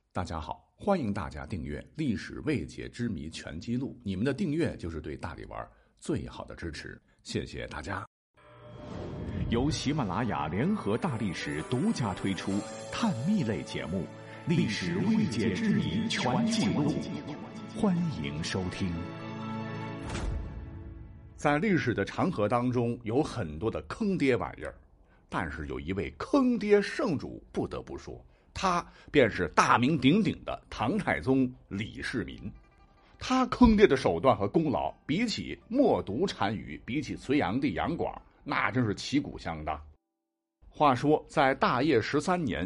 大家好，欢迎大家订阅《历史未解之谜全记录》，你们的订阅就是对大力丸最好的支持，谢谢大家。 由喜马拉雅联合大历史独家推出探秘类节目《历史未解之谜全记录》，欢迎收听。 在历史的长河当中，有很多的坑爹玩意儿，但是有一位坑爹圣主不得不说，他便是大名鼎鼎的唐太宗李世民。他坑爹的手段和功劳，比起默读单于，比起隋炀帝杨广，那真是旗鼓相当。话说在大业13年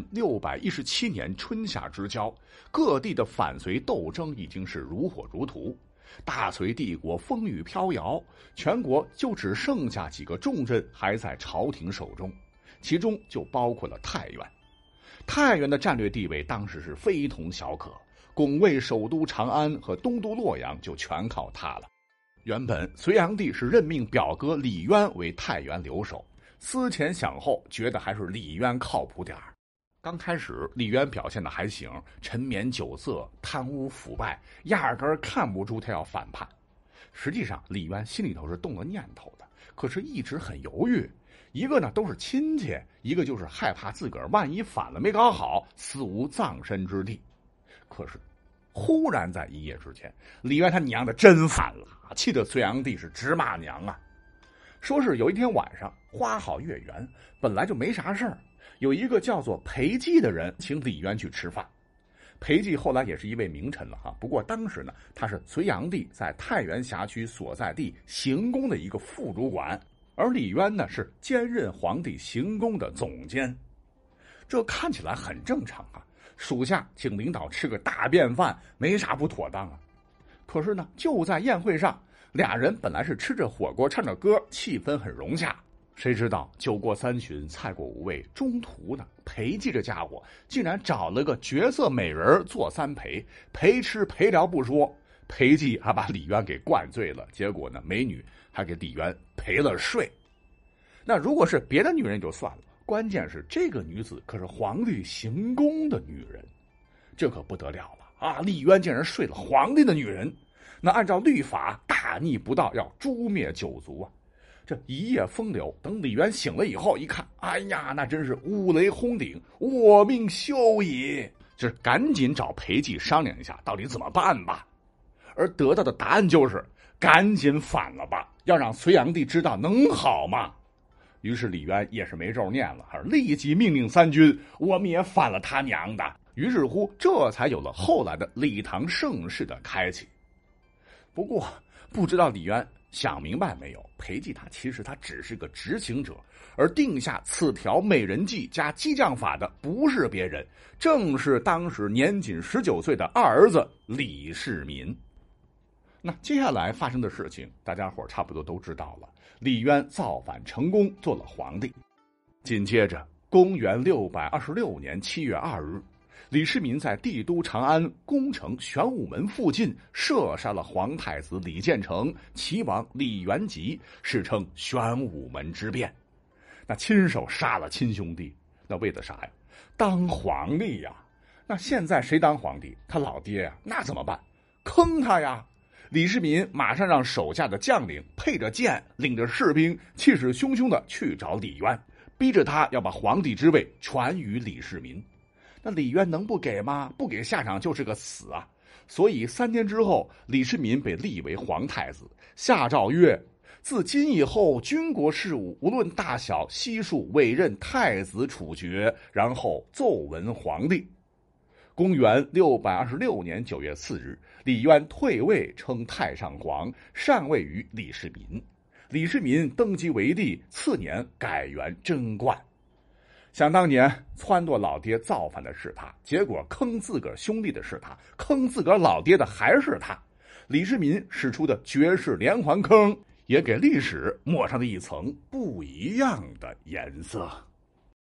617年春夏之交，各地的反隋斗争已经是如火如荼，大隋帝国风雨飘摇，全国就只剩下几个重镇还在朝廷手中，其中就包括了太原。太原的战略地位当时是非同小可，拱卫首都长安和东都洛阳就全靠他了。原本隋炀帝是任命表哥李渊为太原留守，思前想后觉得还是李渊靠谱点儿。刚开始李渊表现的还行，沉湎酒色，贪污腐败，压根儿看不出他要反叛。实际上李渊心里头是动了念头的，可是一直很犹豫。一个呢都是亲戚，一个就是害怕自个儿万一反了没搞好，死无葬身之地。可是忽然在一夜之间，李渊他娘的真反了，气得隋炀帝是直骂娘啊。说是有一天晚上花好月圆，本来就没啥事儿，有一个叫做裴寂的人请李渊去吃饭。裴寂后来也是一位名臣了哈，不过当时呢他是隋炀帝在太原辖区所在地行宫的一个副主管，而李渊呢是兼任皇帝行宫的总监。这看起来很正常啊，属下请领导吃个大便饭没啥不妥当啊。可是呢就在宴会上，俩人本来是吃着火锅唱着歌，气氛很融洽，谁知道酒过三巡菜过五味，中途呢裴寂这家伙竟然找了个绝色美人做三陪，陪吃陪聊不说，裴寂还把李渊给灌醉了，结果呢美女还给李渊赔了税。那如果是别的女人就算了，关键是这个女子可是皇帝行宫的女人，这可不得了了啊！李渊竟然睡了皇帝的女人，那按照律法大逆不道，要诛灭九族啊！这一夜风流，等李渊醒了以后一看，哎呀，那真是五雷轰顶，我命休矣！就是赶紧找裴寂商量一下到底怎么办吧。而得到的答案就是赶紧反了吧，要让隋炀帝知道能好吗？于是李渊也是没咒念了，立即命令三军，我们也反了他娘的。于是乎这才有了后来的李唐盛世的开启。不过不知道李渊想明白没有，裴寂其实只是个执行者，而定下此条美人计加激将法的不是别人，正是当时年仅19岁的二儿子李世民。那接下来发生的事情大家伙差不多都知道了，李渊造反成功，做了皇帝。紧接着公元626年7月2日，李世民在帝都长安宫城玄武门附近射杀了皇太子李建成、齐王李元吉，史称玄武门之变。那亲手杀了亲兄弟，那为了啥呀？当皇帝呀。那现在谁当皇帝？他老爹呀，那怎么办？坑他呀！李世民马上让手下的将领配着剑，领着士兵，气势汹汹的去找李渊，逼着他要把皇帝之位传于李世民。那李渊能不给吗？不给下场就是个死啊！所以3天之后，李世民被立为皇太子，下诏曰：自今以后，军国事务无论大小，悉数委任太子处决，然后奏闻皇帝。公元626年9月4日，李渊退位，称太上皇，禅位于李世民。李世民登基为帝，次年改元贞观。想当年撺掇老爹造反的是他，结果坑自个儿兄弟的是他，坑自个儿老爹的还是他。李世民使出的绝世连环坑，也给历史抹上了一层不一样的颜色。